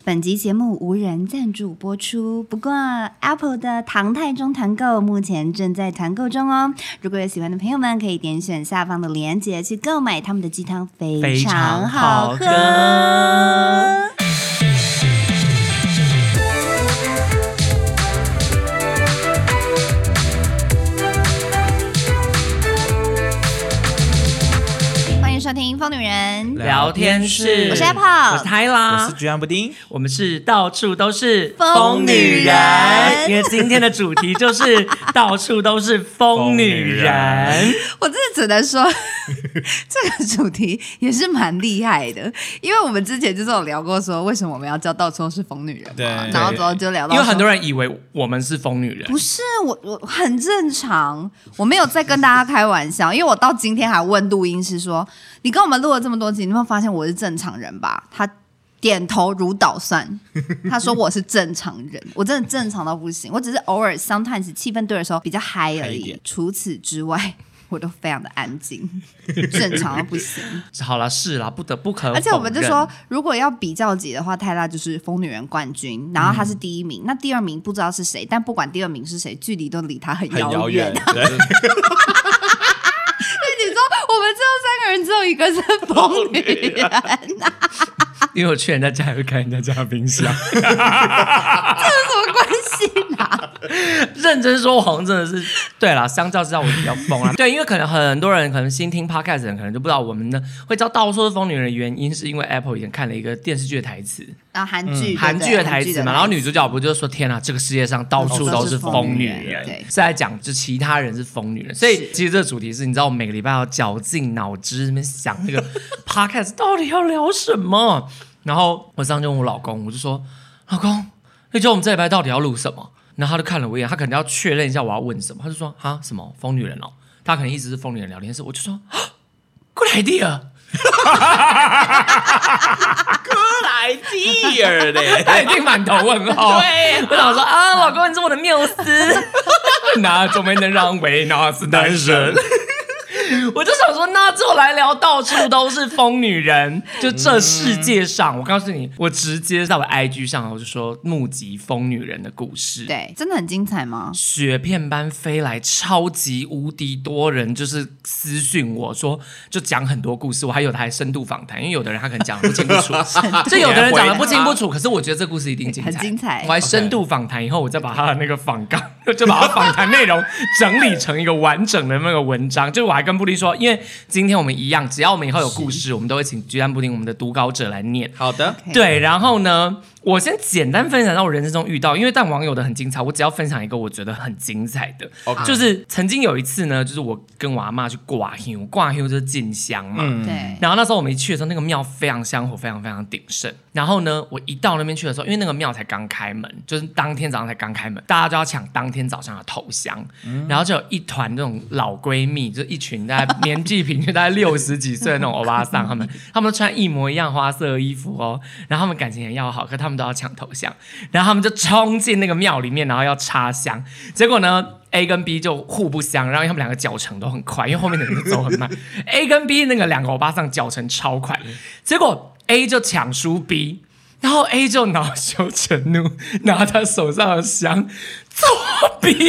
本集节目无人赞助播出，不过 Apple 的唐太中团购目前正在团购中哦。如果有喜欢的朋友们，可以点选下方的链接去购买他们的鸡汤，非常好喝。收听疯女人聊天室， 我是 Apple， 我是泰拉， 我是居安布丁， 我们是到处都是疯女人。 因为今天的主题就是到处都是疯女人。 我真的只能说，这个主题也是蛮厉害的，因为我们之前就是有聊过说，为什么我们要叫到处都是疯女人嘛？ 对， 然后之后就聊到， 因为很多人以为我们是疯女人， 不是我很正常，我没有在跟大家开玩笑，因为我到今天还问录音师说。你跟我们录了这么多集，你有没有发现我是正常人吧？他点头如捣蒜，他说我是正常人，我真的正常到不行，我只是偶尔 sometimes 气氛对的时候比较嗨而已，除此之外我都非常的安静，正常到不行。 好啦，是啦，不可否认。 而且我们就说，如果要比较级的话，泰拉就是疯女人冠军，然后他是第一名，那第二名不知道是谁，但不管第二名是谁，距离都离他很遥远。你说我们最后3个人只有一个是疯女人因为我去人家家也会开人家家的冰箱这有什么关系啊？ 认真说，我好像真的是对啦，相较之下我比较疯啦。对，因为可能很多人可能新听 podcast 的人可能就不知道我们呢会叫到处是疯女人的原因，是因为 Apple 以前看了一个电视剧的台词， 然后韩剧的台词嘛，然后女主角不就是说天哪，这个世界上到处都是疯女人，是在讲就其他人是疯女人，所以其实这个主题是你知道我每个礼拜要绞尽脑汁那边想那个 podcast 到底要聊什么，然后我上次就问我老公，我就说老公，你觉得我们这礼拜到底要录什么？然后他就看了我一眼，他可能要确认一下我要问什么，他就说啊什么疯女人哦，他可能一直是疯女人聊天室，我就说 good idea。 good idea 嘞， 他一定满头问号。对，我想说啊，老公你是我的缪斯，那总没能让维纳斯单身。我就想说，那就来聊到处都是疯女人。就这世界上，我告诉你，我直接在我 IG 上，我就说目击疯女人的故事。 对，真的很精彩吗？ 雪片般飞来，超级无敌多人，就是私讯我说，就讲很多故事。我还有的还深度访谈，因为有的人他可能讲得不清不楚，就有的人讲得不清不楚，可是我觉得这故事一定精彩， 很精彩。 我还深度访谈以后，我再把他的那个访纲，就把他访谈内容整理成一个完整的那个文章。就我还跟布丁说，因为今天我们一样，只要我们以后有故事，我们都会请居安布丁我们的读稿者来念。 好的， 对，然后呢，我先简单分享到我人生中遇到，因为但网友的很精彩，我只要分享一个我觉得很精彩的，就是曾经有一次呢，就是我跟我阿嬷去挂香，挂香就是进香嘛， 对。 然后那时候我们一去的时候，那个庙非常香火，非常非常鼎盛。然后呢，我一到那边去的时候，因为那个庙才刚开门，就是当天早上才刚开门，大家就要抢当天早上的头香，然后就有一团那种老闺蜜，就一群大概年纪平均大概60几岁的那种欧巴桑，他们都穿一模一样花色的衣服哦，然后他们感情很要好，可他们都要抢头香，然后他们就冲进那个庙里面，然后要插香，结果呢？A 跟 B 就互不相让，因为他们两个脚程都很快，因为后面的人走很慢。A 跟 B 那个两个欧巴桑脚程超快，结果 A 就抢输 B， 然后 A 就恼羞成怒，拿他手上的香戳 B， 他就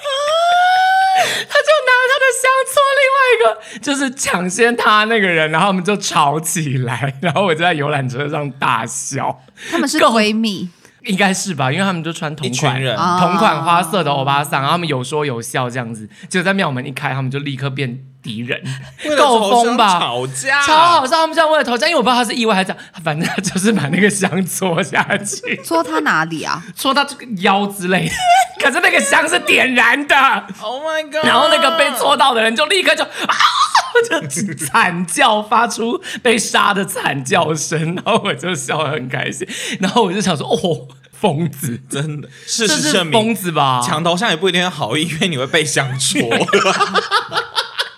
拿他的香戳另外一个，就是抢先他那个人，然后他们就吵起来，然后我就在游览车上大笑。 他们是闺蜜。 应该是吧，因为他们就穿同款花色的欧巴桑，然后他们有说有笑这样子，结果在庙门一开，他们就立刻变敌人，够疯吧？ 吵架， 超好笑！他们这样为了头香，因为我不知道他是意外还是这样，反正他就是把那个香戳下去， 戳他哪里啊？ 戳他这个腰之类的。可是那个香是点燃的 ，Oh my god！ 然后那个被戳到的人就立刻就就惨叫，发出被杀的惨叫声，然后我就笑得很开心，然后我就想说，哦，疯子， 真的，事这是实证明， 疯子吧？ 抢头香也不一定好，因为你会被香戳。 你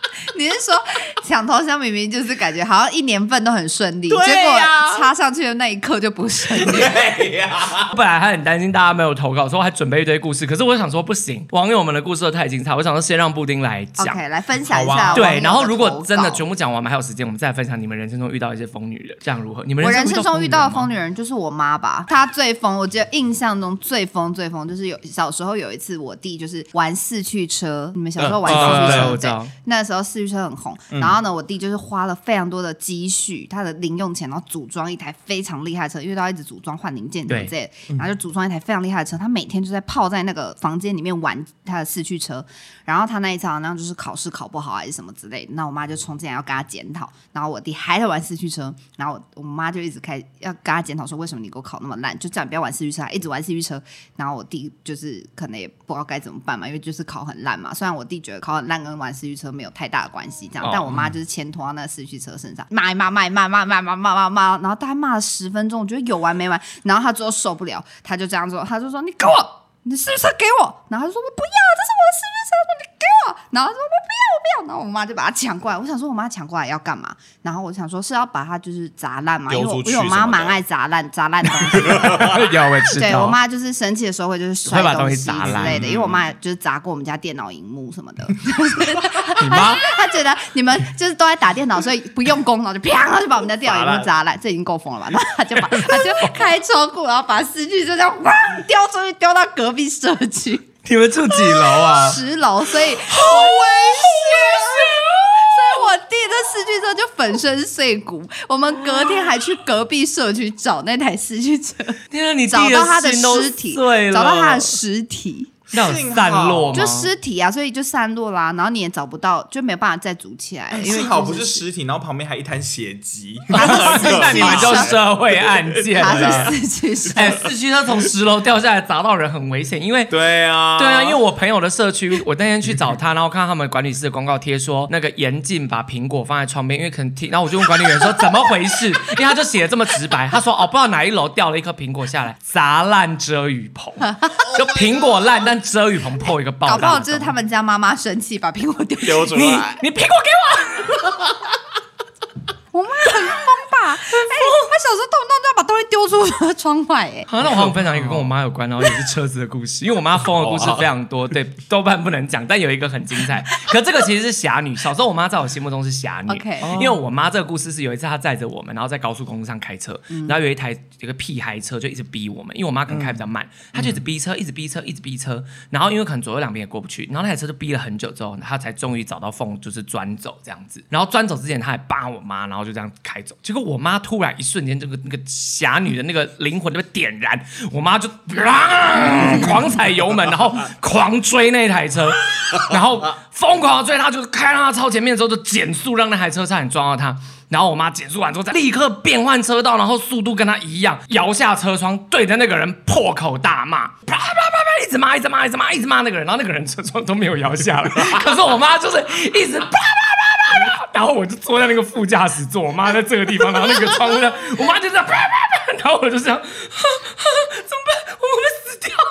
你是说抢头香明明就是感觉好像一年份都很顺利， 对啊结果插上去的那一刻就不顺利。 对呀， 本来还很担心大家没有投稿，所以我还准备一堆故事。可是我想说不行，网友们的故事都太精彩，我想说先让布丁来讲。 OK， 来分享一好啊下。 对，然后如果真的全部讲完，我们还有时间，我们再来分享你们人生中遇到一些疯女人，这样如何？你们我人生中遇到的疯女女人就是我妈吧，她最疯，我记得印象中最疯就是小时候有一次我弟就是玩四驱车，你们小时候玩四驱车， 我知道， 那时候四驱车很红，然后呢我弟就是花了非常多的积蓄，他的零用钱，然后组装一台非常厉害的车，因为都要一直组装换零件之类的，然后就组装一台非常厉害的车，他每天就在泡在那个房间里面玩他的四驱车，然后他那一次好像就是考试考不好还是什么之类的，那我妈就冲进来要跟他检讨，然后我弟还在玩四驱车，然后我妈就一直要跟他检讨说为什么你给我考那么烂，就叫你不要玩四驱车，一直玩四驱车，然后我弟就是可能也不知道该怎么办嘛，因为就是考很烂嘛，虽然我弟觉得考很烂跟玩四驱车没有太大的关系，这样，但我妈就是牵拖到那个四驱车身上，骂，然后大概骂了10分钟，我觉得有完没完，然后他最后受不了，他就这样做，他就说你给我。你的四驱车给我，然后他就说我不要，这是我的四驱车，你给我，然后他说我不要，然后我妈就把它抢过来，我想说我妈抢过来要干嘛？然后我想说是要把它就是砸烂嘛，因为我妈蛮爱砸烂东西的。 要我知道， 对我妈就是生气的时候会就是摔东西之砸烂类的，因为我妈就是砸过我们家电脑荧幕什么的。 你妈她觉得你们就是都在打电脑，所以不用功，然后就啪，然后就把我们家电脑荧幕砸烂，这已经够疯了吧？然后她就开窗户，然后把四驱车这样哇丢出去，丢到隔壁社区。 你们住几楼啊 ？10楼，所以好危险。所以我弟的四驱车就粉身碎骨，我们隔天还去隔壁社区找那台四驱车， 天啊，你找到他的心都尸体， 碎了找到他的尸体。 那有散落吗？ 就尸体啊，所以就散落啦，然后你也找不到，就没有办法再组起来。因为幸好不是尸体，然后旁边还一滩血迹。 那你们就社会案件了。 他是四驱车， 四驱车从10楼掉下来砸到人很危险，因为对啊， 因为我朋友的社区，我那天去找他，然后看到他们管理室的公告贴说那个严禁把苹果放在窗边，因为可能然后我就问管理员说怎么回事，因为他就写的这么直白，他说不知道哪一楼掉了一颗苹果下来，砸烂遮雨棚，就苹果烂，但遮雨棚破一个爆， 搞不好就是他们家妈妈生气把苹果丢出来， 你苹果给我。 我妈很疯吧？她小时候动不动就要把东西丢出窗外。 好，那我想分享一个跟我妈有关，然后也是车子的故事。因为我妈疯的故事非常多，对，多半不能讲，但有一个很精彩。可这个其实是侠女，小时候我妈在我心目中是侠女。 OK， 因为我妈这个故事是有一次她载着我们，然后在高速公路上开车，然后有一个屁孩车就一直逼我们，因为我妈可能开比较慢，她就一直逼车，一直逼车，一直逼车。然后因为可能左右两边也过不去，然后那台车就逼了很久之后，她才终于找到缝，就是钻走这样子。然后钻走之前，她还扒我妈，然后就这样开走。结果我妈突然一瞬间，那个侠女的那个灵魂就被点燃，我妈就狂踩油门，然后狂追那台车，然后疯狂的追她，就是开到她超前面之后就减速，让那台车差点撞到她。然后我妈减速完之后，再立刻变换车道，然后速度跟她一样，摇下车窗，对着那个人破口大骂，啪啪啪啪，一直骂，一直骂，一直骂，一直骂那个人，然后那个人车窗都没有摇下来，可是我妈就是一直啪啪啪啪，然后我就坐在那个副驾驶座，我妈在这个地方，然后那个窗户上，我妈就这样啪啪啪，然后我就这样，怎么办？我们会死掉。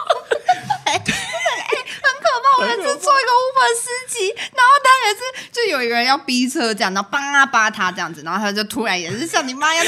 我有一次做一个 Uber 司机，然后他也是就有一个人要逼车这样，然后扒他这样子，然后他就突然也是像你妈一样的，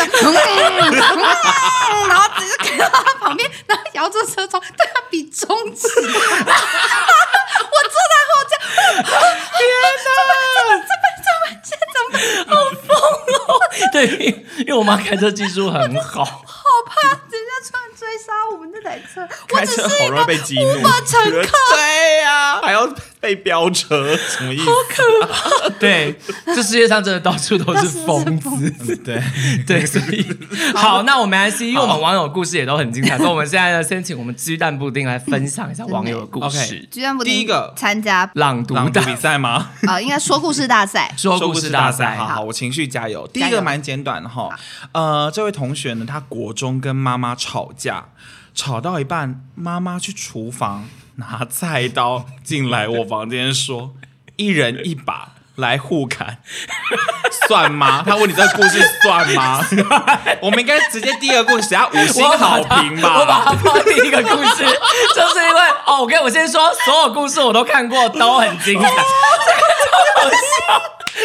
然后直接开到他旁边，然后摇着车窗对他比中指，我坐在后驾，天哪，怎么好疯哦！对，因为我妈开车技术很好， 好怕人家突然追杀我们这台车，我只是好容易被激怒 ，Uber 乘客， 对呀，还要被飙车，什么意思？好可怕！对，这世界上真的到处都是疯子，对，所以好，那我们还是因为我们网友故事也都很精彩，所以我们现在呢，先请我们鸡蛋布丁来分享一下网友的故事。 鸡蛋布丁第一个参加朗读比赛吗？ 应该说故事大赛， 说故事大赛。 好，我情绪加油。第一个蛮简短的哈，这位同学呢，他国中跟妈妈吵架，吵到一半，妈妈去厨房拿菜刀进来我房间说，一人一把来互砍，算吗？他问你这个故事算吗？我们应该直接第二个故事给他5星好评吧。 我把它放第一个故事，就是因为我先说，所有故事我都看过，都很精彩，这个超好笑。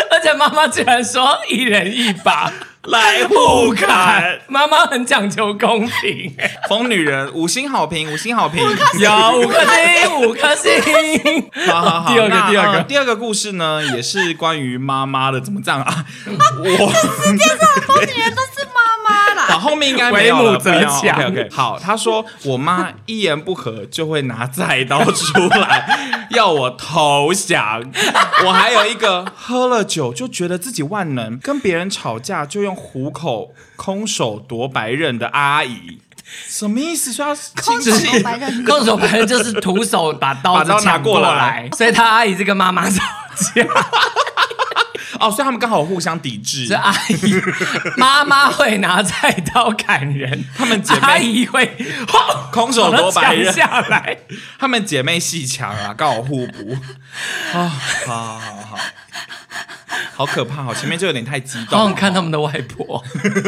而且妈妈居然说一人一把来互砍， 妈妈很讲求公平。 疯女人5星好评，5星好评， 有5颗星，5颗星。 好， 第二个故事呢，也是关于妈妈的，怎么这样啊？ 世界上的疯女人都是妈妈啦。 好，后面应该没有了。 为母则强。 OK， 好，他说我妈一言不合就会拿菜刀出来要我投降。我还有一个喝了酒就觉得自己万能，跟别人吵架就用虎口空手夺白刃的阿姨。什么意思？说要空手白刃， 空手白刃就是徒手把刀子抢过来，所以他阿姨是跟妈妈吵架。 哦，所以他们刚好互相抵制。 是阿姨，妈妈会拿菜刀砍人， 她们姐妹阿姨会空手夺白刃下来。 她们姐妹戏强啊，刚好互补。好，好可怕！前面就有点太激动。 好想看他们的外婆。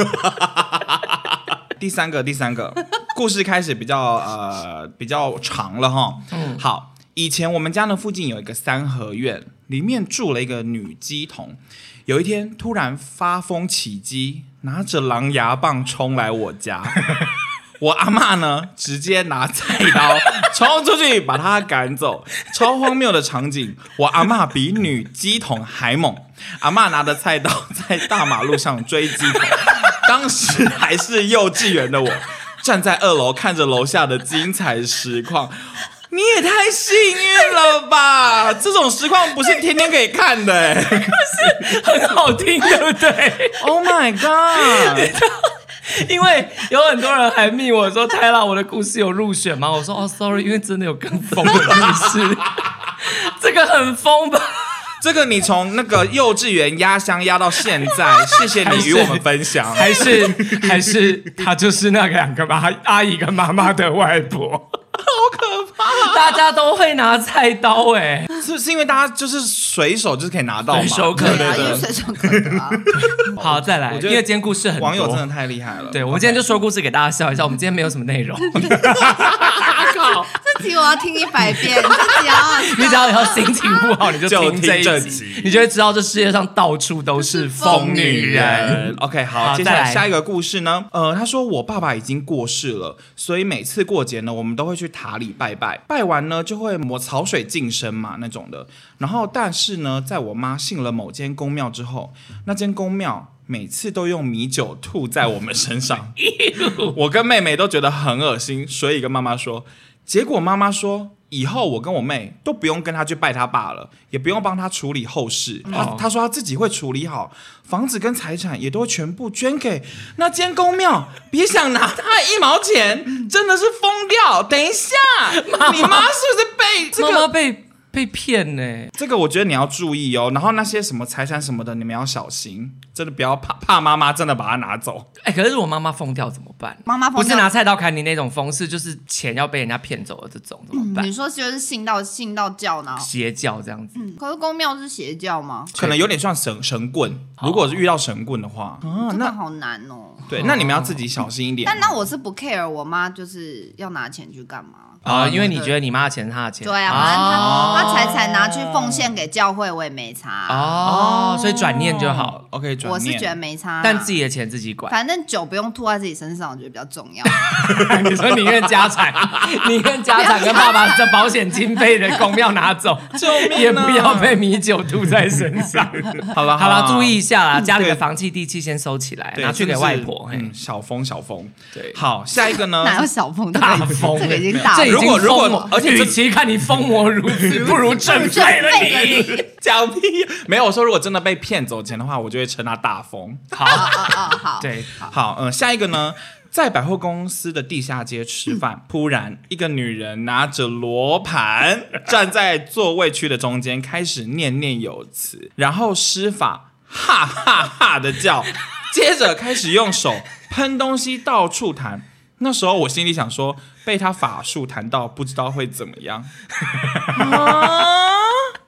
第三个故事开始比较长了哈。好，以前我们家呢附近有一个3合院，里面住了一个女乩童。有一天突然发疯起乩，拿着狼牙棒冲来我家。我阿嬷呢直接拿菜刀冲出去把她赶走，超荒谬的场景。我阿嬷比女乩童还猛，阿嬷拿着菜刀在大马路上追乩童。当时还是幼稚园的我，站在2楼看着楼下的精彩实况。你也太幸运了吧！这种实况不是天天可以看的， 可是很好听，对不对 ？Oh my god！ 因为有很多人还密我说泰拉我的故事有入选吗？我说哦 sorry， 因为真的有更疯的故事，这个很疯吧？ 这个你从那个幼稚园压箱压到现在，谢谢你与我们分享。 还是他就是那2个阿姨跟妈妈的外婆， 好可怕！ 大家都会拿菜刀是因为大家就是随手就是可以拿到嘛， 随手可得， 因为随手可得啊。 好，再来，因为今天故事很多， 网友真的太厉害了。 对，我们今天就说故事给大家笑一下。我们今天没有什么内容。 靠！ 这集我要听100遍， 你只要心情不好，你就听这一集， 你就会知道这世界上到处都是疯女人。 OK， 好，接下来下一个故事呢？他说我爸爸已经过世了，所以每次过节呢，我们都会去塔里拜拜，拜完呢就会抹草水净身嘛那种的。然后，但是呢，在我妈信了某间公庙之后，那间公庙每次都用米酒吐在我们身上，我跟妹妹都觉得很恶心，所以跟妈妈说。结果妈妈说，以后我跟我妹都不用跟她去拜她爸了，也不用帮她处理后事。她说她自己会处理好，房子跟财产也都会全部捐给那间公庙，别想拿她1毛钱，真的是疯掉。等一下，你妈是不是被这个？ 妈妈被骗呢？ 这个我觉得你要注意哦。然后那些什么财产什么的，你们要小心，真的不要怕妈妈真的把它拿走。 可是如果妈妈疯掉怎么办？ 妈妈疯掉不是拿菜刀砍你那种疯，是就是钱要被人家骗走了这种怎么办？ 你说就是信道教呢？ 邪教这样子。 可是公庙是邪教吗？ 可能有点像神棍。如果是遇到神棍的话， 那好难哦。 对，那你们要自己小心一点。 那我是不 care 我妈就是要拿钱去干嘛。 因为你觉得你妈的钱是她的钱， 对啊，反正她财产拿去奉献给教会，我也没差所以转念就好。 OK， 转念。 我是觉得没差， 但自己的钱自己管。 反正酒不用吐在自己身上，我觉得比较重要。 你说宁愿家产跟爸爸的保险经费的公庙拿走，也不要被米酒吐在身上。好了，注意一下啦，家里的房契地契先收起来，拿去给外婆。 小风。 对， 好，下一个呢？ 哪有小风？ 大风， 这个已经大风。 如果，而且与其看你疯魔如此，不如正废了你。 讲屁！没有，我说如果真的被骗走钱的话，我就会称他大风。 好， 对， 好，下一个呢？在百货公司的地下街吃饭，突然一个女人拿着罗盘站在座位区的中间，开始念念有词，然后施法哈哈哈的叫，接着开始用手喷东西到处弹。那时候我心里想说，被他法术弹到不知道会怎么样。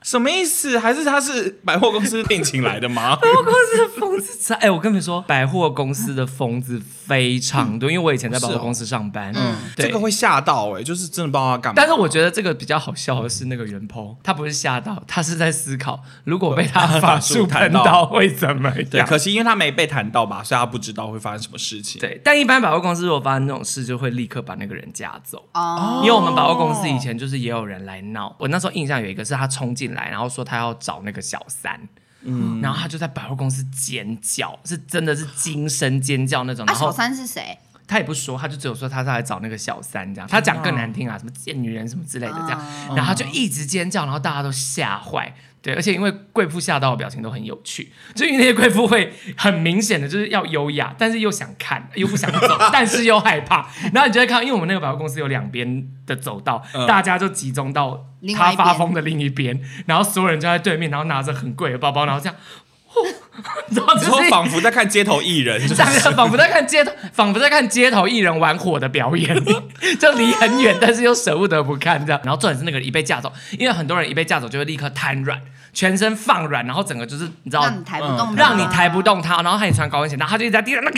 什么意思？还是他是百货公司聘请来的吗？ 百货公司的疯子，我跟你们说，百货公司的疯子非常多，因为我以前在百货公司上班， 这个会吓到就是真的不知道他干嘛。 但是我觉得这个比较好笑的是那个原 po， 他不是吓到，他是在思考，如果被他法术喷到会怎么样？ 对，可惜因为他没被弹到吧，所以他不知道会发生什么事情。 对，但一般百货公司如果发生这种事，就会立刻把那个人架走。因为我们百货公司以前就是也有人来闹，我那时候印象有一个是他冲进来，然后说他要找那个小三。然后他就在百货公司尖叫，是真的是惊声尖叫那种。 小三是谁？ 他也不说，他就只有说他是来找那个小三这样。他讲更难听啊，什么贱女人什么之类的这样。然后他就一直尖叫，然后大家都吓坏。对，而且因为贵妇吓到的表情都很有趣，就因为那些贵妇会很明显的就是要优雅，但是又想看，又不想走，但是又害怕。然后你就会看，因为我们那个百货公司有2边的走道，大家就集中到他发疯的另一边，然后所有人就在对面，然后拿着很贵的包包，然后这样。 然后仿佛在看街头艺人， 仿佛在看街头艺人玩火的表演，就离很远，但是又舍不得不看这样。然后重点是那个人一被架走，因为很多人一被架走就会立刻瘫软，全身放软，然后整个就是你知道， 让你抬不动他， 让你抬不动他，然后他也穿高跟鞋，然后他就一直在地上，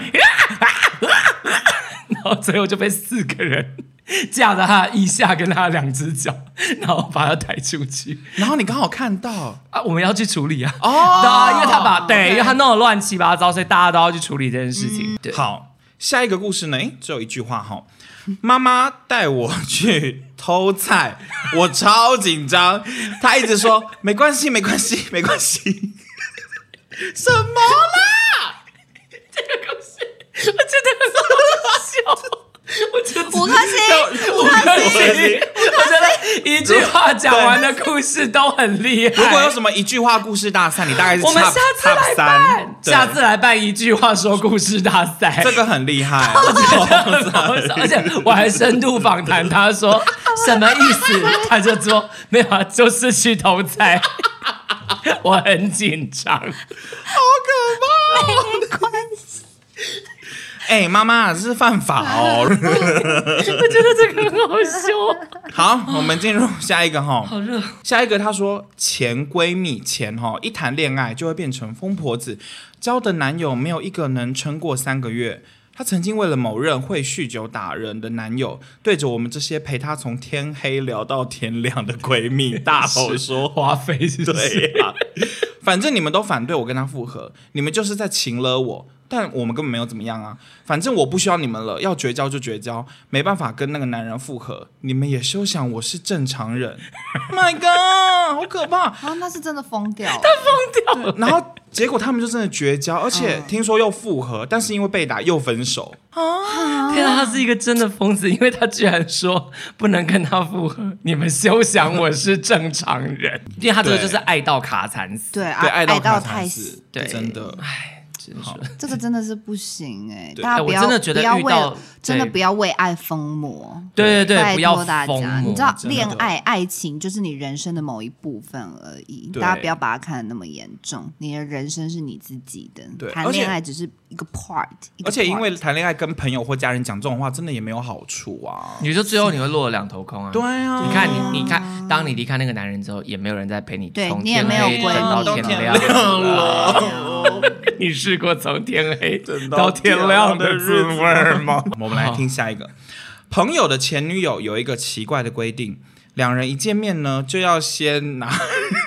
然后最后就被4个人架着他的腋下跟他的2只脚，然后把他抬出去。 然后你刚好看到我们要去处理啊！因为他因为他弄得乱七八糟，所以大家都要去处理这件事情。 好，下一个故事呢？只有一句话哈。妈妈带我去偷菜，我超紧张，她一直说没关系，没关系，没关系。什么啦？ 这个故事我觉得很好笑。 5颗星，5颗星。 我觉得一句话讲完的故事都很厉害。 如果有什么一句话故事大赛，你大概是我们下次来办，下次来办一句话说故事大赛， 这个很厉害。 而且我还深度访谈他说什么意思，他就说没有啊，就是去偷菜。我很紧张，好可怕， 没关系。 妈妈，这是犯法哦！我觉得这个很好笑。 好，我们进入下一个哈。 好热。 下一个他说，前闺蜜一谈恋爱就会变成疯婆子，交的男友没有一个能撑过3个月。她曾经为了某任会酗酒打人的男友，对着我们这些陪她从天黑聊到天亮的闺蜜大吼说：“ 花费是对啊，反正你们都反对我跟他复合，你们就是在情勒我。”但我们根本没有怎么样啊，反正我不需要你们了，要绝交就绝交，没办法跟那个男人复合，你们也休想我是正常人。My God， 好可怕！ 那是真的疯掉了， 他疯掉了。 然后结果他们就真的绝交，而且听说又复合，但是因为被打又分手。 天啊，他是一个真的疯子，因为他居然说不能跟他复合，你们休想我是正常人，因为他这个就是爱到卡惨死， 对， 爱到卡太死， 对， 真的， 好，这个真的是不行大家我真的觉得不要为爱疯魔， 对，不要疯魔。你知道，恋爱、爱情就是你人生的某一部分而已，大家不要把它看得那么严重。你的人生是你自己的，谈恋爱只是一个 part。 而且因为谈恋爱跟朋友或家人讲这种话，真的也没有好处啊。 你说最后你会落了2头空啊？ 对啊， 你看，当你离开那个男人之后，也没有人再陪你从天黑等到天亮了。你试过从天黑到天亮的滋味吗？ 我们来听下一个。朋友的前女友有一个奇怪的规定，2人一见面呢，就要先拿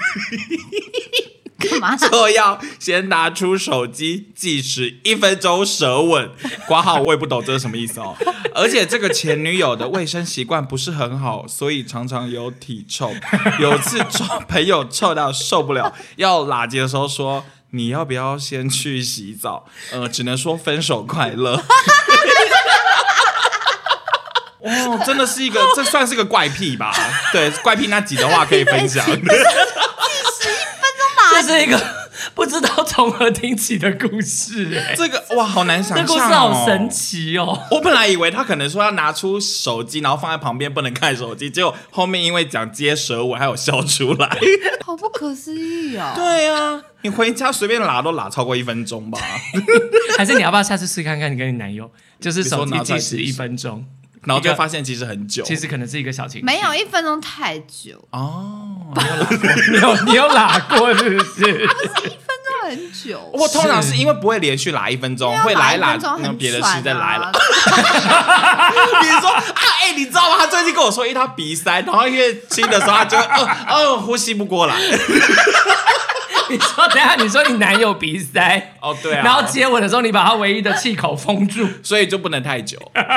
干嘛？ 就要先拿出手机计时1分钟舌吻，括号我也不懂这是什么意思哦。而且这个前女友的卫生习惯不是很好，所以常常有体臭。有次朋友臭到受不了，要拉结的时候说：“你要不要先去洗澡？”只能说分手快乐。真的是一个，这算是个怪癖吧？对，怪癖那集的话可以分享。 这是一个不知道从何听起的故事， 这个哇，好难想象， 这故事好神奇哦！ 我本来以为他可能说要拿出手机，然后放在旁边不能看手机，结果后面因为讲接舌吻，还有笑出来， 好不可思议哦！ 对啊，你回家随便拉都拉超过1分钟吧？ 还是你要不要下次试看看？你跟你男友就是手机计时1分钟。 然后就发现其实很久， 其实可能是一个小情绪， 没有1分钟太久哦。 你有拉过是不是？ 很久， 我通常是因为不会连续拉1分钟，会拉一拉，那别的事再来了。比如说你知道吗？他最近跟我说，因为他鼻塞，然后因为亲的时候他就呼吸不过来。 等一下你说你男友鼻塞对啊， 然后接吻的时候你把他唯一的气口封住， 所以就不能太久。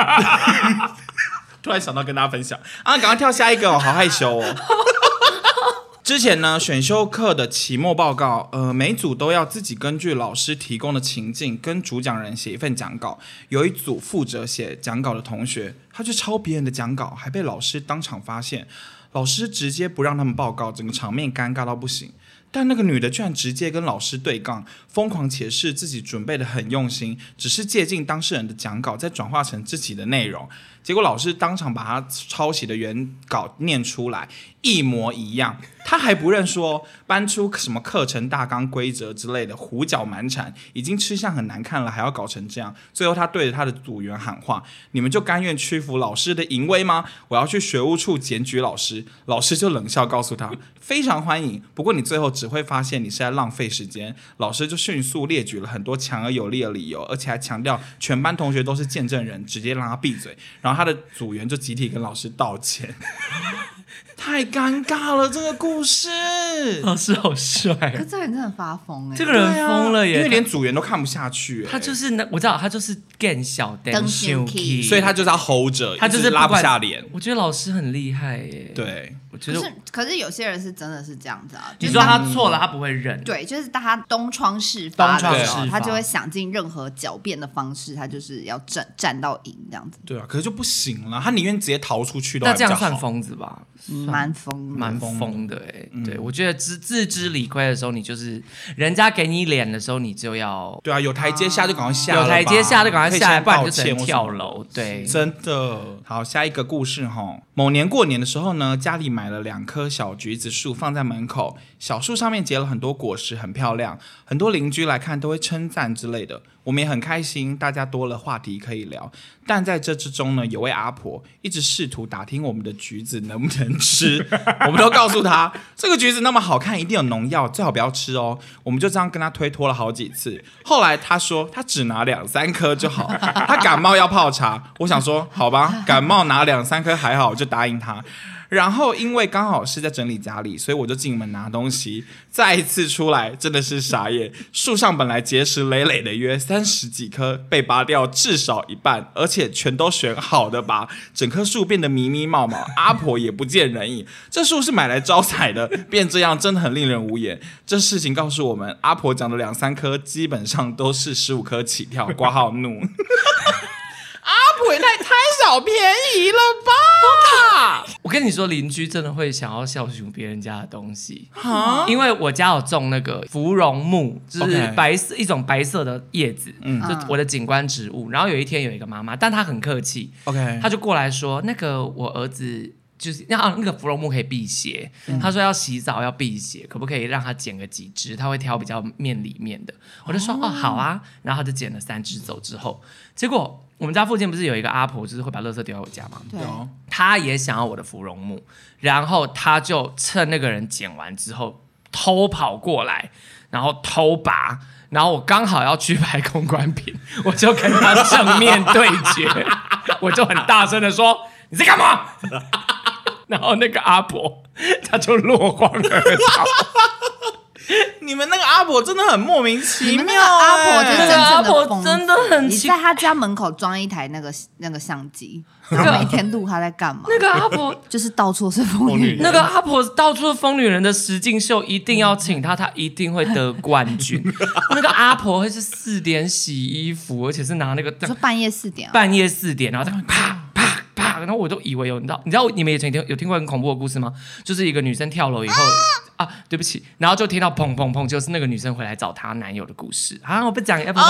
突然想到跟大家分享赶快跳下一个好害羞哦。之前呢，选修课的期末报告，每组都要自己根据老师提供的情境，跟主讲人写一份讲稿。有一组负责写讲稿的同学，他去抄别人的讲稿，还被老师当场发现。老师直接不让他们报告，整个场面尴尬到不行。但那个女的居然直接跟老师对杠，疯狂解释自己准备的很用心，只是借鉴当事人的讲稿，再转化成自己的内容。结果老师当场把他抄袭的原稿念出来，一模一样。他还不认说，搬出什么课程大纲规则之类的，胡搅蛮缠，已经吃相很难看了，还要搞成这样。最后他对着他的组员喊话：你们就甘愿屈服老师的淫威吗？我要去学务处检举老师。老师就冷笑告诉他：非常欢迎，不过你最后只会发现你是在浪费时间。老师就迅速列举了很多强而有力的理由，而且还强调全班同学都是见证人，直接让他闭嘴。然后他的组员就集体跟老师道歉。太尴尬了，这个故事。 老师好帅， 可是这个人真的发疯这个人疯了耶， 因为连组员都看不下去。 他就是我知道他就是更小灯秀 key， 所以他就是要 hold 着， 他就是拉不下脸。 我觉得老师很厉害耶。 对， 我觉得可是有些人是真的是这样子啊。 你说他错了，他不会认。 对，就是当他东窗事发的时候，他就会想尽任何狡辩的方式，他就是要占到赢这样子。 对啊，可是就不行了，他宁愿直接逃出去都还比较好。 那这样算疯子吧？ 蛮疯的对，我觉得自知理亏的时候，你就是人家给你脸的时候，你就要对啊，有台阶下就赶快下， 有台阶下就赶快下来，不然你就只能跳楼。对， 真的。好，下一个故事哈。某年过年的时候呢，家里买了2棵小橘子树放在门口，小树上面结了很多果实，很漂亮，很多邻居来看都会称赞之类的。我们也很开心，大家多了话题可以聊。但在这之中呢，有位阿婆一直试图打听我们的橘子能不能吃，我们都告诉她，这个橘子那么好看，一定有农药，最好不要吃哦。我们就这样跟她推脱了好几次。后来她说，她只拿2-3颗就好，她感冒要泡茶。我想说，好吧，感冒拿2-3颗还好，就答应她。然后因为刚好是在整理家里，所以我就进门拿东西。再一次出来，真的是傻眼。树上本来结实累累的约30几颗，被拔掉至少一半，而且全都选好的拔，整棵树变得迷迷冒冒。阿婆也不见人影，这树是买来招财的，变这样真的很令人无言。这事情告诉我们，阿婆讲的2-3颗基本上都是15颗起跳，括号怒。阿婆也太贪小便宜了吧！ 我跟你说，邻居真的会想要孝顺别人家的东西，因为我家有种那个芙蓉木，就是白色一种白色的叶子，就我的景观植物。然后有一天有一个妈妈，但她很客气，她就过来说，那个我儿子。就是那个芙蓉木可以辟邪，他说要洗澡要辟邪，可不可以让他剪个几支？他会挑比较面里面的。我就说好啊，然后他就剪了3支走之后，结果我们家附近不是有一个阿婆，就是会把垃圾丢在我家吗？ 对， 他也想要我的芙蓉木，然后他就趁那个人剪完之后偷跑过来，然后偷拔。然后我刚好要去拍公关品，我就跟他正面对决，我就很大声的说：“你在干嘛？”然后那个阿婆她就落荒而逃。 你们那个阿婆真的很莫名其妙， 阿婆就是阿婆真的很奇怪。你在他家门口装一台那个相机，然后每天录他在干嘛？ 那个阿婆就是到处是疯女人， 那个阿婆到处是疯女人的实境秀，一定要请她，她一定会得冠军。那个阿婆会是4点洗衣服，而且是拿那个， 你说半夜4点， 半夜4点，然后啪。然后我都以为你知道你们以前有听过很恐怖的故事吗？就是一个女生跳楼以后对不起，然后就听到砰砰砰，就是那个女生回来找她男友的故事啊！我不讲 Apple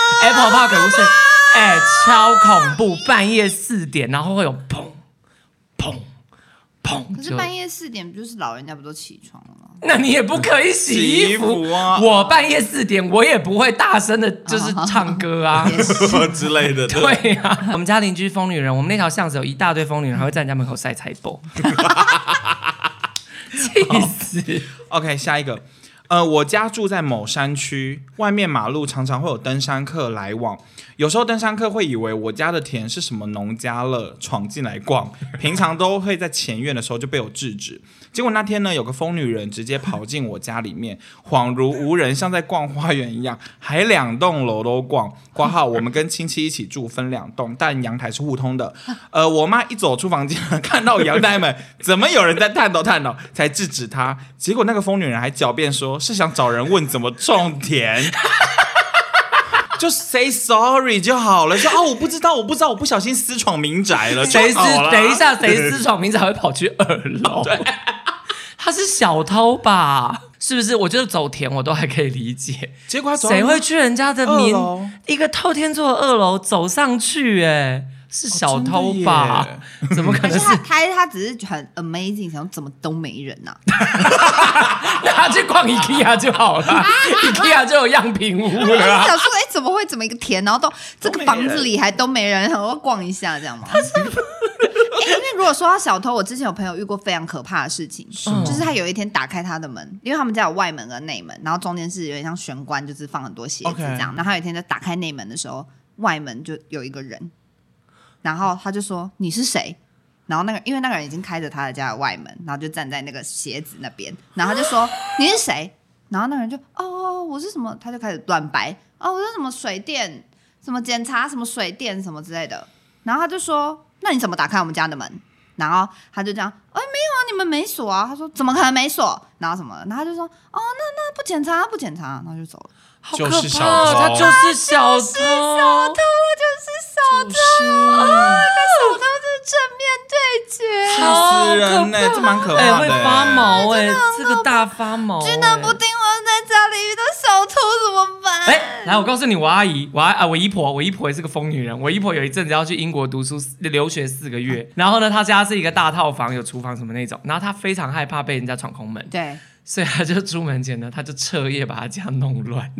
Park 鬼故事，超恐怖，半夜4点，然后会有砰砰砰。 可是半夜4点，不就是老人家不都起床了吗？ 那你也不可以洗衣服啊！ 我半夜4点，我也不会大声的，就是唱歌啊之类的。 对啊，我们家邻居疯女人，我们那条巷子有一大堆疯女人，还会在人家门口晒菜包。 气死。 OK， 下一个，我家住在某山区，外面马路常常会有登山客来往，有时候登山客会以为我家的田是什么农家乐，闯进来逛，平常都会在前院的时候就被我制止。结果那天呢，有个疯女人直接跑进我家里面，恍如无人，像在逛花园一样，还2栋楼都逛。括号我们跟亲戚一起住，分2栋，但阳台是互通的。我妈一走出房间，看到阳台门怎么有人在探头，才制止她。结果那个疯女人还狡辩说是想找人问怎么种田。就 say sorry 就好了，说我不知道，我不小心私闯民宅了， 谁就好了。 等一下，谁私闯民宅会跑去2楼？他是小偷吧？是不是？我觉得走田我都还可以理解， 结果他走谁会去人家的一个透天厝的2楼走上去？是小偷吧？怎么可能是？ 他只是很 amazing， 想怎么都没人啊？ 他去逛 IKEA 就好了，IKEA 就有样品屋了。 想说，怎么会这么一个田，然后都这个房子里还都没人，我要逛一下这样吗？因为如果说到小偷，我之前有朋友遇过非常可怕的事情，就是他有一天打开他的门，因为他们家有外门跟内门，然后中间是有点像玄关，就是放很多鞋子这样。然后他有一天就打开内门的时候，外门就有一个人，然后他就说你是谁？然后因为那个人已经开着他的家的外门，然后就站在那个鞋子那边，然后他就说你是谁？然后那个人就我是什么，他就开始乱掰我是什么水电，什么检查什么水电什么之类的，然后他就说那你怎么打开我们家的门？然后他就这样没有啊，你们没锁啊。他说怎么可能没锁？然后什么？然后他就说那不检查，然后就走了。 好可怕，他就是小偷， 就是小偷，跟小偷就是正面对决， 吓死人呢，这蛮可怕的， 会发毛这个大发毛。 真的不定我在家里遇到小偷怎么办？ 来，我告诉你，我姨婆也是个疯女人。我姨婆有一阵子要去英国读书留学4个月，然后呢，她家是一个大套房，有厨房什么那种，然后她非常害怕被人家闯空门， 对。 所以他就出门前呢，他就彻夜把他家弄乱。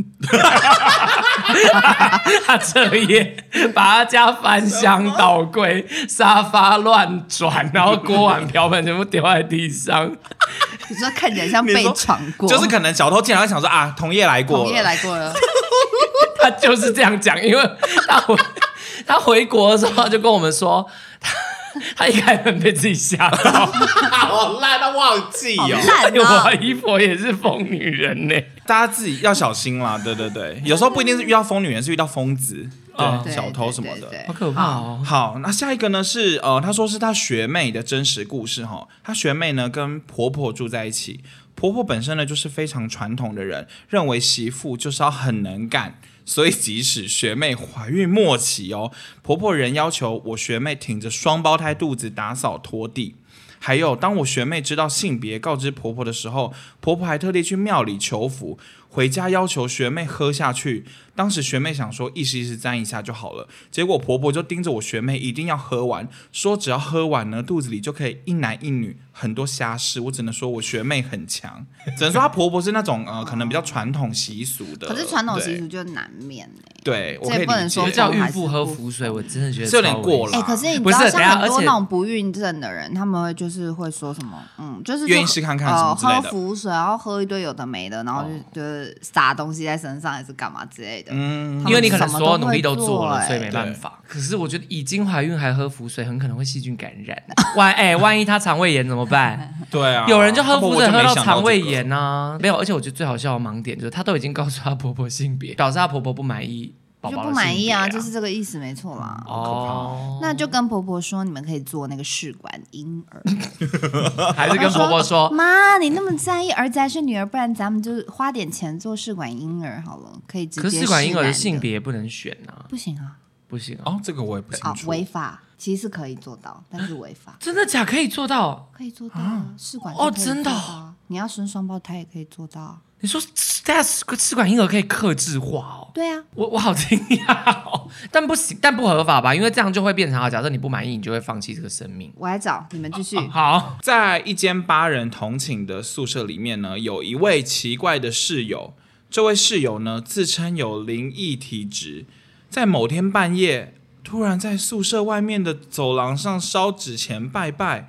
他彻夜把他家翻箱倒柜、沙发乱转，然后锅碗瓢盆全部丢在地上。 你说看起来像被闯过， 就是可能小偷进来会想说同业来过了， 他就是这样讲，因为他回国的时候他就跟我们说。他一开门被自己吓到， 好烂，他忘记我姨婆也是疯女人呢， 大家自己要小心啦。对，有时候不一定是遇到疯女人，是遇到疯子，小偷什么的， 好可怕哦。 好，那下一个呢是他说是他学妹的真实故事哈。他学妹呢跟婆婆住在一起，婆婆本身呢就是非常传统的人，认为媳妇就是要很能干。所以即使学妹怀孕末期婆婆仍要求我学妹挺着双胞胎肚子打扫拖地。还有当我学妹知道性别告知婆婆的时候，婆婆还特地去庙里求福，回家要求学妹喝下去。当时学妹想说意思沾一下就好了，结果婆婆就盯着我学妹一定要喝完，说只要喝完呢肚子里就可以一男一女，很多瞎事。我只能说我学妹很强，只能说她婆婆是那种可能比较传统习俗的。 可是传统习俗就难免对，我可以理解。 叫孕妇喝符水，我真的觉得是有点过了。 可是你知道像很多那种不孕症的人，他们会就是会说什么就是愿意试看看什么之类的， 喝符水，然后喝一堆有的没的，然后就是撒东西在身上还是干嘛之类的。 因为你可能所有努力都做了，所以没办法。可是我觉得已经怀孕还喝符水，很可能会细菌感染。万一她肠胃炎怎么办？ 对啊， 有人就喝符水喝到肠胃炎啊。没有，而且我觉得最好笑的盲点就是她都已经告诉她婆婆性别，表示她婆婆不满意。 就不满意啊，就是这个意思，没错啦。那就跟婆婆说，你们可以做那个试管婴儿， 还是跟婆婆说， 妈，你那么在意儿子还是女儿，不然咱们就花点钱做试管婴儿好了，可以直接。 可是试管婴儿的性别不能选啊， 不行啊， 不行啊。 这个我也不清楚， 违法。其实是可以做到，但是违法。 真的假？可以做到？ 可以做到试管真的。 你要生双胞胎也可以做到。 你说试管婴儿可以客制化对啊， 我好惊讶但不行，但不合法吧？因为这样就会变成假设你不满意，你就会放弃这个生命。 我来找你们继续。 好， 在一间8人同寝的宿舍里面呢，有一位奇怪的室友。这位室友呢，自称有灵异体质，在某天半夜，突然在宿舍外面的走廊上烧纸钱拜拜。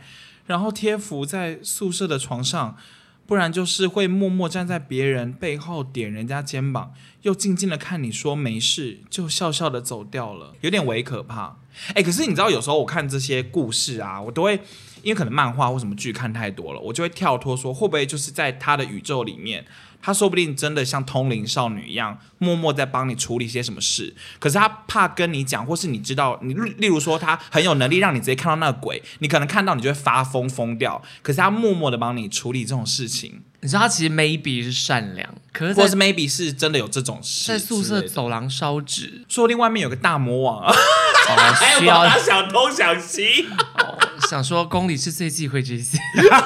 然后贴符在宿舍的床上，不然就是会默默站在别人背后点人家肩膀，又静静的看你说没事，就笑笑的走掉了，有点微可怕。可是你知道有时候我看这些故事啊，我都会因为可能漫画或什么剧看太多了，我就会跳脱说会不会就是在他的宇宙里面，他说不定真的像通灵少女一样，默默在帮你处理些什么事。可是他怕跟你讲，或是你知道，你例如说他很有能力让你直接看到那个鬼，你可能看到你就会发疯掉。可是他默默的帮你处理这种事情。 你知道他其实 maybe 是善良，可是或是 maybe 是真的有这种事， 在宿舍走廊烧纸， 说不定外面有个大魔王啊， 需要他想东想西。 想说公理是最忌讳这些，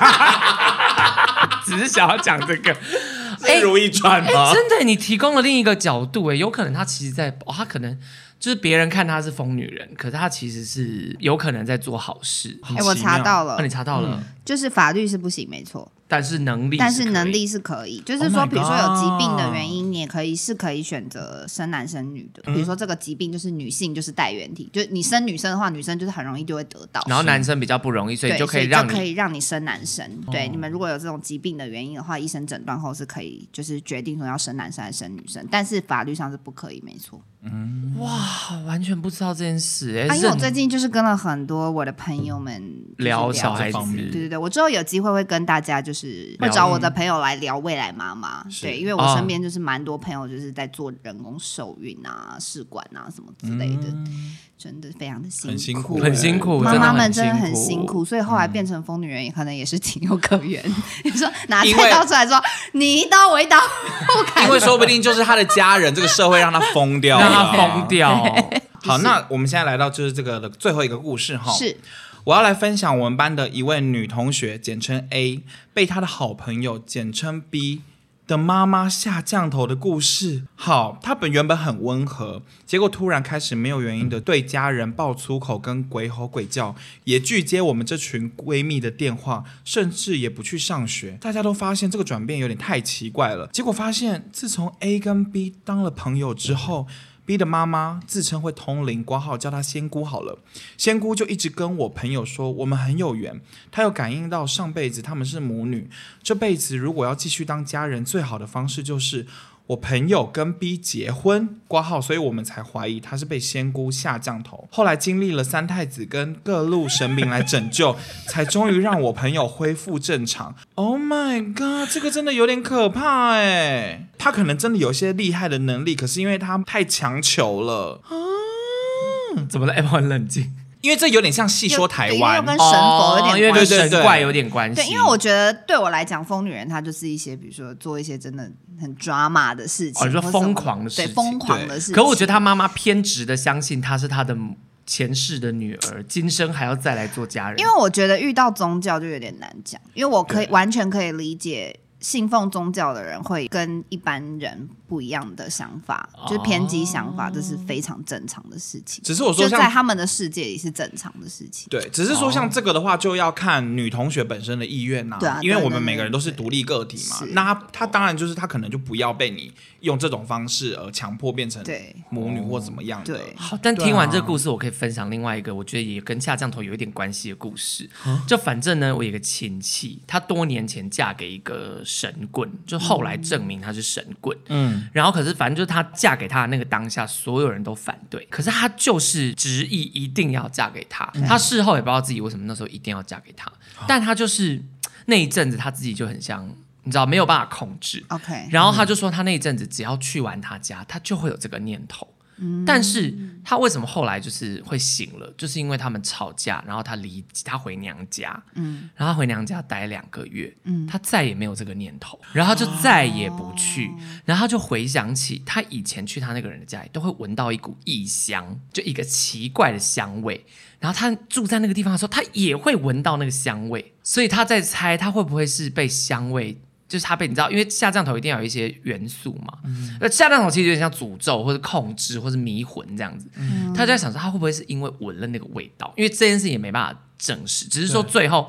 只是想要讲这个。 是如懿传吗？ 真的，你提供了另一个角度，有可能他其实在，他可能就是别人看他是疯女人，可是他其实是有可能在做好事。 我查到了， 你查到了， 就是法律是不行，没错。 但是能力是可以，就是说，比如说有疾病的原因，你也可以选择生男生女的。比如说这个疾病就是女性就是带原体，就是你生女生的话，女生就是很容易就会得到， 然后男生比较不容易，所以就可以让你生男生。对，你们如果有这种疾病的原因的话，医生诊断后是可以就是决定说要生男生还是生女生，但是法律上是不可以，没错。 哇，完全不知道这件事因为我最近就是跟了很多我的朋友们聊小孩子， 对，我之后有机会会跟大家就是会找我的朋友来聊未来妈妈，对，因为我身边就是蛮多朋友就是在做人工受孕啊、试管啊什么之类的，真的非常的辛苦， 很辛苦， 妈妈们真的很辛苦，所以后来变成疯女人，可能也是情有可原。你说拿菜刀出来说你一刀我一刀， 因为说不定就是他的家人，这个社会让他疯掉， 让他疯掉。 好，那我们现在来到就是这个的最后一个故事哈， 是我要来分享我们班的一位女同学，简称 A， 被她的好朋友简称 B 的妈妈下降头的故事。好，她原本很温和，结果突然开始没有原因的对家人爆粗口跟鬼吼鬼叫，也拒接我们这群闺蜜的电话，甚至也不去上学。大家都发现这个转变有点太奇怪了，结果发现自从 A 跟 B 当了朋友之后，B 的妈妈自称会通灵，挂号叫她仙姑好了。仙姑就一直跟我朋友说我们很有缘，她有感应到上辈子他们是母女，这辈子如果要继续当家人，最好的方式就是我朋友跟 B 结婚，挂号，所以我们才怀疑他是被仙姑下降头。后来经历了三太子跟各路神明来拯救，才终于让我朋友恢复正常。Oh my god， 这个真的有点可怕哎！他可能真的有一些厉害的能力，可是因为他太强求了。 怎么了？很冷静。 因为这有点像戏说台湾， 跟神佛有点关系， 因为跟神怪有点关系。 对，因为我觉得对我来讲，疯女人她就是一些，比如说做一些真的很 drama 的事情， 你说疯狂的事情， 对，疯狂的事情。 可我觉得她妈妈偏执的相信她是她的前世的女儿，今生还要再来做家人。 因为我觉得遇到宗教就有点难讲，因为我完全可以理解。信奉宗教的人会跟一般人不一样的想法，就是偏激想法，这是非常正常的事情。 只是我说， 就在他们的世界里是正常的事情。 对，只是说像这个的话，就要看女同学本身的意愿呐。 对啊， 因为我们每个人都是独立个体嘛。那他当然就是他可能就不要被你用这种方式而强迫变成母女或怎么样的。 对， 好，但听完这个故事，我可以分享另外一个我觉得也跟下降头有一点关系的故事。就反正呢，我有一个亲戚，她多年前嫁给一个神棍，就后来证明他是神棍。然后可是反正就是她嫁给他的那个当下，所有人都反对，可是她就是执意一定要嫁给他。她事后也不知道自己为什么那时候一定要嫁给他，但她就是那一阵子她自己就很像。你知道没有办法控制 ，OK。 然后她就说，她那一阵子只要去完他家，她就会有这个念头。但是她为什么后来就是会醒了？就是因为他们吵架，然后她回娘家，然后她回娘家待2个月，她再也没有这个念头，然后她就再也不去，然后她就回想起她以前去她那个人的家里，都会闻到一股异香，就一个奇怪的香味。然后她住在那个地方的时候，她也会闻到那个香味，所以她在猜，她会不会是被香味。就是他被你知道，因为下降头一定要有一些元素嘛。下降头其实有点像诅咒或者控制或者迷魂这样子。他就在想说，他会不会是因为闻了那个味道？因为这件事也没办法证实，只是说最后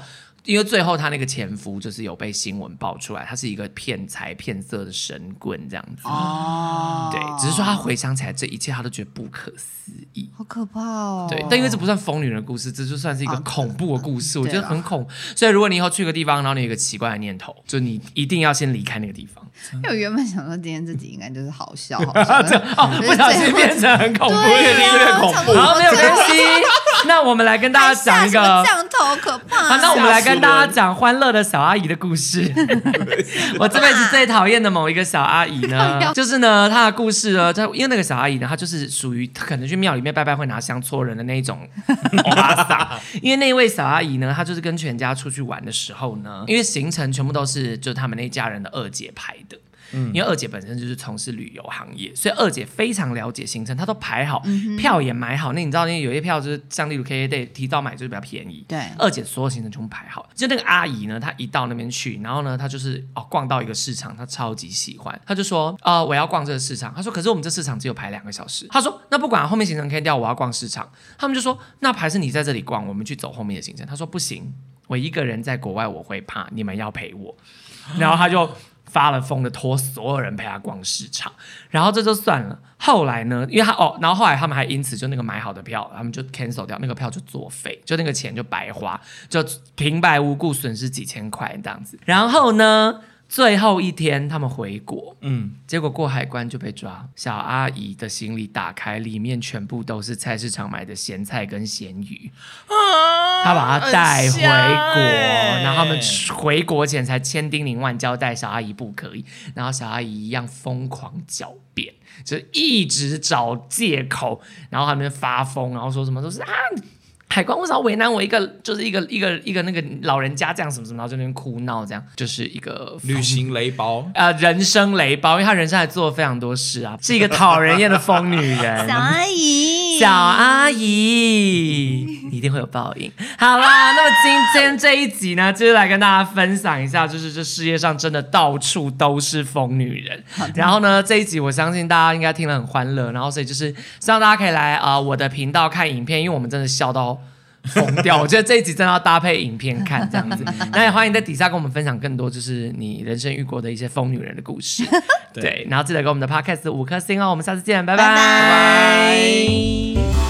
因为最后他那个前夫就是有被新闻爆出来，他是一个骗财骗色的神棍这样子。对，只是说他回想起来这一切，他都觉得不可思议， 好可怕哦。 对，但因为这不算疯女人的故事，这就算是一个恐怖的故事，我觉得很恐。所以如果你以后去个地方，然后你有一个奇怪的念头，就你一定要先离开那个地方。 因为我原本想说今天这集应该就是好笑， 不小心变成很恐怖， 越听越恐怖。 好，没有关系。那我们来跟大家讲一个降头，可怕。 好，那我们来跟大家讲欢乐的小阿姨的故事。我这辈子最讨厌的某一个小阿姨呢，就是呢，她的故事呢，因为那个小阿姨呢，她就是属于可能去庙里面拜拜会拿香戳人的那一种欧巴桑。因为那位小阿姨呢，她就是跟全家出去玩的时候呢，因为行程全部都是就是他们那家人的二姐排的。因为二姐本身就是从事旅游行业，所以二姐非常了解行程，她都排好，票也买好。那你知道，那有些票就是像例如 KKday 提早买就是比较便宜。 对， 二姐所有行程全部排好。就那个阿姨呢，她一到那边去，然后呢，她就是逛到一个市场，她超级喜欢，她就说我要逛这个市场。她说可是我们这市场只有排2个小时。她说那不管后面行程可以调，我要逛市场。他们就说那还是你在这里逛，我们去走后面的行程。她说不行，我一个人在国外我会怕，你们要陪我。然后她就发了疯的托所有人陪他逛市场，然后这就算了。后来呢，因为然后后来他们还因此就那个买好的票，他们就 cancel 掉，那个票就作废，就那个钱就白花，就平白无故损失几千块这样子。然后呢，最后一天他们回国，结果过海关就被抓。小阿姨的行李打开，里面全部都是菜市场买的咸菜跟咸鱼，他把她带回国，然后他们回国前才千叮咛万交代小阿姨不可以，然后小阿姨一样疯狂狡辩，就一直找借口，然后他们就发疯，然后说什么都是海关为什么为难我一个，就是一个那个老人家这样什么什么，然后就那边哭闹，这样就是一个旅行雷包， 人生雷包，因为他人生还做了非常多事啊，是一个讨人厌的疯女人。 小阿姨， 小阿姨一定会有报应。好啦，那么今天这一集呢，就是来跟大家分享一下，就是这世界上真的到处都是疯女人。然后呢，这一集我相信大家应该听得很欢乐，然后所以就是希望大家可以来我的频道看影片，因为我们真的笑到疯掉。我觉得这一集真的要搭配影片看这样子。那也欢迎在底下跟我们分享更多就是你人生遇过的一些疯女人的故事。对，然后记得给我们的 podcast 5颗星哦。我们下次见，拜拜。